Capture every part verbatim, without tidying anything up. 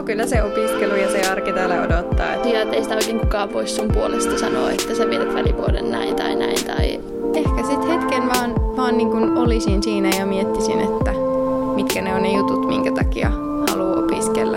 Joo, kyllä se opiskelu ja se arki täällä odottaa. Ja ei sitä oikein kukaan voi sun puolesta sanoa, että sä vietät välivuoden näin tai näin. Tai... Ehkä sit hetken vaan, vaan niin kuin olisin siinä ja miettisin, että mitkä ne on ne jutut, minkä takia haluaa opiskella.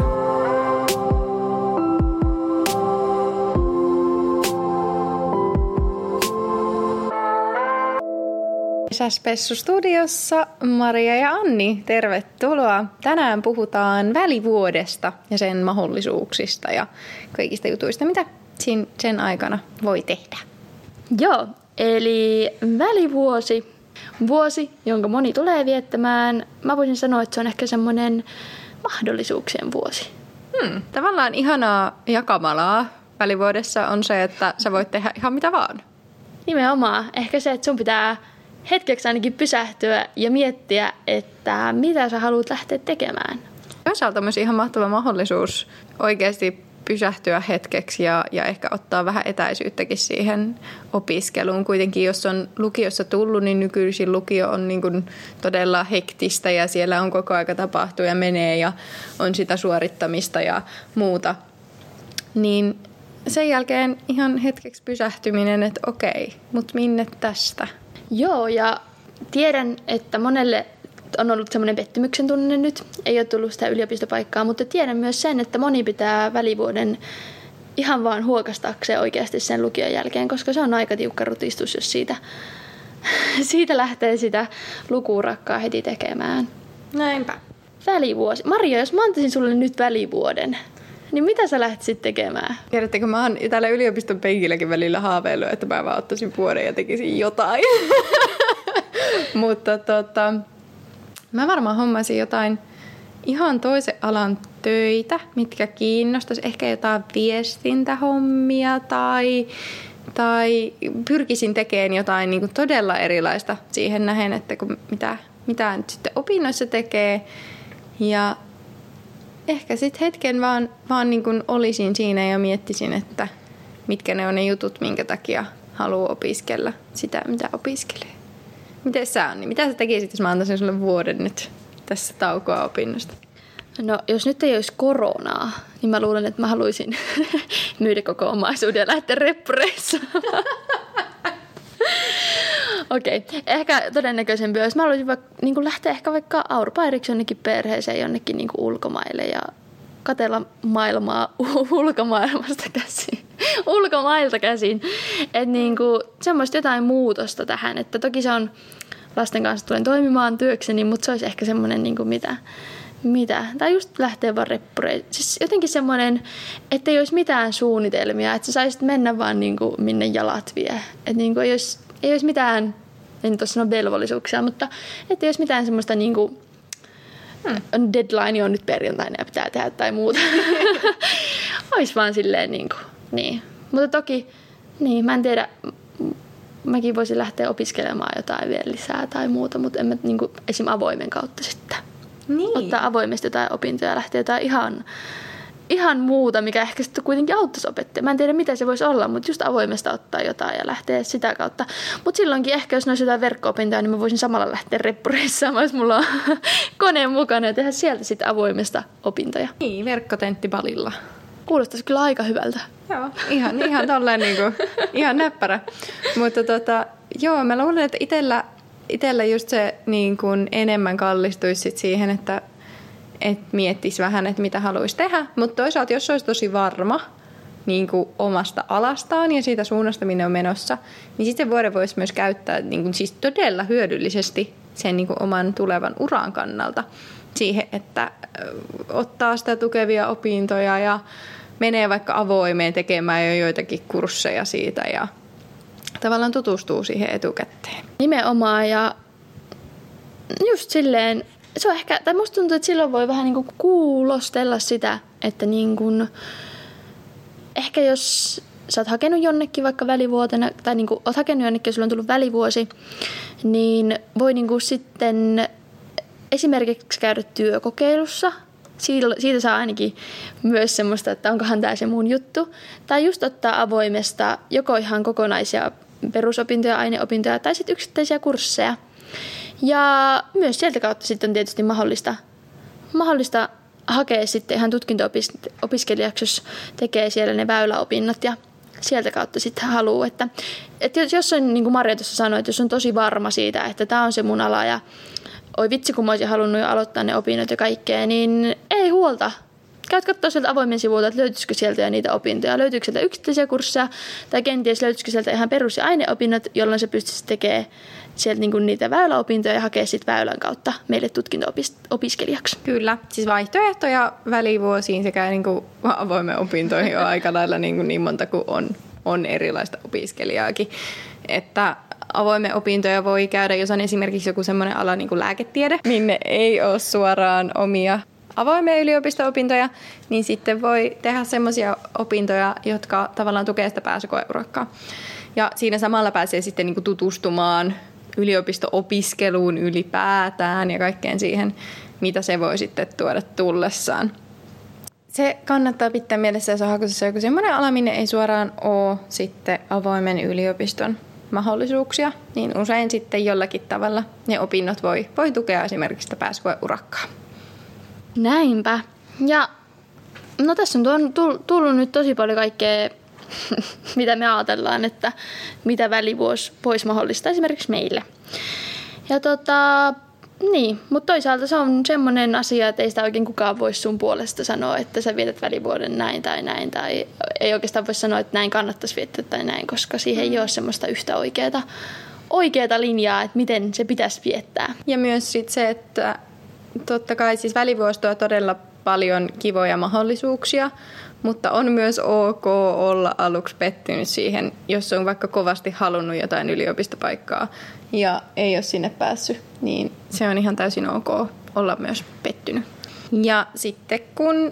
Spessu-studiossa Maria ja Anni, tervetuloa. Tänään puhutaan välivuodesta ja sen mahdollisuuksista ja kaikista jutuista, mitä sen aikana voi tehdä. Joo, eli välivuosi, vuosi, jonka moni tulee viettämään. Mä voisin sanoa, että se on ehkä semmoinen mahdollisuuksien vuosi. Hmm, tavallaan ihanaa jakamalaa välivuodessa on se, että sä voit tehdä ihan mitä vaan. Nimenomaan. Ehkä se, että sun pitää hetkeksi ainakin pysähtyä ja miettiä, että mitä sä haluat lähteä tekemään. Toisaalta myös ihan mahtava mahdollisuus oikeasti pysähtyä hetkeksi ja, ja ehkä ottaa vähän etäisyyttäkin siihen opiskeluun. Kuitenkin jos on lukiossa tullut, niin nykyisin lukio on niin kuin todella hektistä ja siellä on koko aika tapahtuu ja menee ja on sitä suorittamista ja muuta. Niin sen jälkeen ihan hetkeksi pysähtyminen, että okei, mutta minne tästä? Joo, ja tiedän, että monelle on ollut semmoinen pettymyksen tunne nyt. Ei ole tullut sitä yliopistopaikkaa, mutta tiedän myös sen, että moni pitää välivuoden ihan vaan huokastakseen oikeasti sen lukion jälkeen, koska se on aika tiukka rutistus, jos siitä, siitä lähtee sitä lukuurakkaa heti tekemään. Näinpä. Välivuosi. Maria, jos mä antaisin sulle nyt välivuoden, niin mitä sä lähtisit tekemään? Tiedättekö, mä oon täällä yliopiston penkilläkin välillä haaveillut, että mä vaan ottaisin vuoden ja tekisin jotain. Mutta tota, mä varmaan hommasin jotain ihan toisen alan töitä, mitkä kiinnostaisi. Ehkä jotain viestintähommia tai, tai pyrkisin tekemään jotain niin kuin todella erilaista siihen nähen, että kun mitä, mitä nyt sitten opinnoissa tekee. Ja ehkä sitten hetken vaan, vaan niin kuin olisin siinä ja miettisin, että mitkä ne on ne jutut, minkä takia haluaa opiskella sitä, mitä opiskelee. Miten sä, Anni? Mitä sä tekisit, jos mä antaisin sulle vuoden nyt tässä taukoa opinnosta? No, jos nyt ei olisi koronaa, niin mä luulen, että mä haluaisin myydä koko omaisuuden ja lähteä reppureissaamaan. Okei, okay. Ehkä todennäköisempi olisi. Mä haluaisin vaikka, niin lähteä ehkä vaikka auropairiksi jonnekin perheeseen, jonnekin niin ulkomaille ja katsella maailmaa ulkomaailmasta käsin. Ulkomailta käsin. Että niin semmoista jotain muutosta tähän. Että toki se on lasten kanssa tulen toimimaan työkseni, mutta se olisi ehkä semmoinen niin mitä, mitä. Tai just lähteä vaan reppureille. Siis jotenkin semmoinen, että ei olisi mitään suunnitelmia. Että sä saisit mennä vaan niin minne jalat vie. Että niin ei olisi Ei olisi mitään, en tuossa sano velvollisuuksia, mutta ettei olisi mitään semmoista niinku, hmm. deadline on nyt perjantaina ja pitää tehdä tai muuta. Olisi vaan silleen niinku, niin. Mutta toki, niin, mä en tiedä, mäkin voisin lähteä opiskelemaan jotain vielä lisää tai muuta, mutta en mä niinku esim. Avoimen kautta sitten. Niin. Ottaa avoimesti jotain opintoja ja lähteä jotain ihan Ihan muuta, mikä ehkä sitten kuitenkin auttaisi opettaja. Mä en tiedä, mitä se voisi olla, mutta just avoimesta ottaa jotain ja lähteä sitä kautta. Mutta silloinkin ehkä, jos ne olisi jotain verkko-opintoja, niin mä voisin samalla lähteä reppureissaamaan, jos mulla on koneen mukana ja tehdä sieltä sitten avoimesta opintoja. Niin, verkkotenttipalilla. Kuulostaisi kyllä aika hyvältä. Joo, ihan, ihan tolleen niinku, ihan näppärä. Mutta tota, joo, mä luulen, että itellä, itellä just se niin kuin enemmän kallistuisi sit siihen, että että miettisi vähän, että mitä haluaisi tehdä. Mutta toisaalta, jos olisi tosi varma niin kuin omasta alastaan ja siitä suunnasta, minne on menossa, niin sitten vuoden voisi myös käyttää niin kuin, siis todella hyödyllisesti sen niin kuin oman tulevan uran kannalta siihen, että ottaa sitä tukevia opintoja ja menee vaikka avoimeen tekemään jo joitakin kursseja siitä ja tavallaan tutustuu siihen etukäteen. Nimenomaan ja just silleen, se on ehkä, tai musta tuntuu, että silloin voi vähän niin kuin kuulostella sitä, että niin kuin, ehkä jos sä oot hakenut jonnekin vaikka välivuotena, tai niin kuin oot hakenut jonnekin ja sulla on tullut välivuosi, niin voi niin kuin sitten esimerkiksi käydä työkokeilussa. Siitä, siitä saa ainakin myös semmoista, että onkohan tämä se mun juttu. Tai just ottaa avoimesta joko ihan kokonaisia perusopintoja, aineopintoja tai sitten yksittäisiä kursseja. Ja myös sieltä kautta sitten on tietysti mahdollista, mahdollista hakea sitten ihan tutkinto-opiskelijaksi, jos tekee siellä ne väyläopinnot ja sieltä kautta sitten haluaa. Että, että jos on, niin kuin Marja tuossa sanoi, että jos on tosi varma siitä, että tämä on se mun ala ja oi vitsi, kun mä olisin halunnut jo aloittaa ne opinnot ja kaikkea, niin ei huolta. Käyt katsoa sieltä avoimen sivulta, että löytyisikö sieltä jo niitä opintoja, löytyykö sieltä yksittäisiä kursseja tai kenties löytyisikö sieltä ihan perus- ja aineopinnot, jolloin se pystyisi tekemään sieltä niinku niitä väyläopintoja ja hakea sitten väylän kautta meille tutkinto-opiskelijaksi. Kyllä, siis vaihtoehtoja välivuosiin sekä niinku avoimen opintoihin on aika lailla niinku niin monta kuin on, on erilaista opiskelijaakin. Että avoimen opintoja voi käydä, jos on esimerkiksi joku semmoinen ala niin kuin lääketiede, minne ei ole suoraan omia avoimia yliopisto-opintoja, niin sitten voi tehdä semmoisia opintoja, jotka tavallaan tukee sitä pääsykoeurakkaa. Ja siinä samalla pääsee sitten niin kuin tutustumaan yliopisto-opiskeluun ylipäätään ja kaikkeen siihen, mitä se voi sitten tuoda tullessaan. Se kannattaa pitää mielessä, jos on hakusessa joku semmoinen ala, minne ei suoraan ole sitten avoimen yliopiston mahdollisuuksia, niin usein sitten jollakin tavalla ne opinnot voi, voi tukea esimerkiksi sitä pääsykoeurakkaa. Näinpä. Ja no tässä on tullut nyt tosi paljon kaikkea, mitä me ajatellaan, että mitä välivuosi voisi mahdollistaa esimerkiksi meille. Ja tota, niin, mutta toisaalta se on semmoinen asia, että ei sitä oikein kukaan voisi sun puolesta sanoa, että sä vietät välivuoden näin tai näin, tai ei oikeastaan voi sanoa, että näin kannattaisi viettää tai näin, koska siihen ei ole semmoista yhtä oikeata, oikeata linjaa, että miten se pitäisi viettää. Ja myös sit se, että totta kai siis välivuosi tuo todella paljon kivoja mahdollisuuksia, mutta on myös ok olla aluksi pettynyt siihen, jos on vaikka kovasti halunnut jotain yliopistopaikkaa ja ei ole sinne päässyt, niin se on ihan täysin ok olla myös pettynyt. Ja sitten kun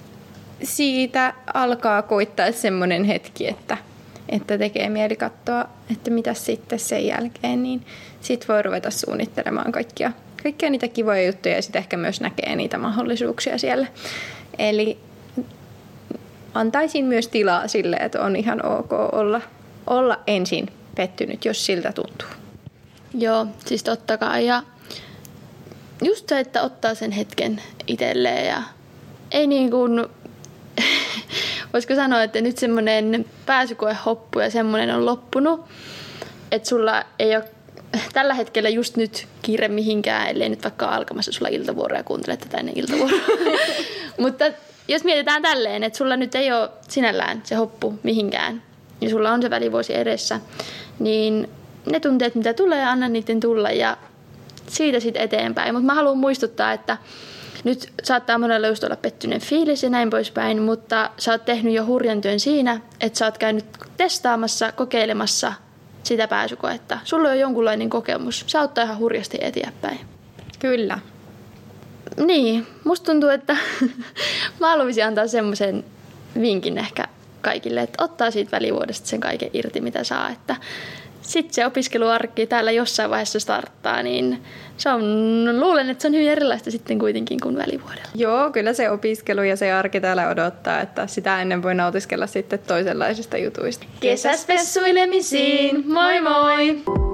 siitä alkaa koittaa semmoinen hetki, että, että tekee mieli katsoa, että mitä sitten sen jälkeen, niin sitten voi ruveta suunnittelemaan kaikkia, kaikkia niitä kivoja juttuja ja sitten ehkä myös näkee niitä mahdollisuuksia siellä. Eli antaisin myös tilaa sille, että on ihan ok olla, olla ensin pettynyt, jos siltä tuntuu. Joo, siis totta kai. Ja just se, että ottaa sen hetken itselleen ja ei niin kuin, voisiko sanoa, että nyt semmoinen pääsykoehoppu ja semmoinen on loppunut, että sulla ei ole tällä hetkellä just nyt kiire mihinkään, ellei nyt vaikka ole alkamassa sulla iltavuoroa ja kuuntelet tätä ennen iltavuoroa. Mutta jos mietitään tälleen, että sulla nyt ei ole sinällään se hoppu mihinkään, ja sulla on se välivuosi edessä, niin ne tunteet, mitä tulee, anna niiden tulla ja siitä sitten eteenpäin. Mutta mä haluan muistuttaa, että nyt saattaa monella just olla pettyneen fiilis ja näin poispäin, mutta sä oot tehnyt jo hurjan työn siinä, että sä oot käynyt testaamassa, kokeilemassa sitä pääsykoetta. Sulla on jonkunlainen kokemus. Se auttaa ihan hurjasti eteenpäin. Kyllä. Niin, musta tuntuu, että mä haluaisin antaa semmoisen vinkin ehkä kaikille, että ottaa siitä välivuodesta sen kaiken irti, mitä saa. Että sitten se opiskeluarkki täällä jossain vaiheessa starttaa, niin se on, luulen, että se on hyvin erilaista sitten kuitenkin kuin välivuodella. Joo, kyllä se opiskelu ja se arki täällä odottaa, että sitä ennen voi nautiskella sitten toisenlaisista jutuista. Kesäspessuilemisiin! Moi moi!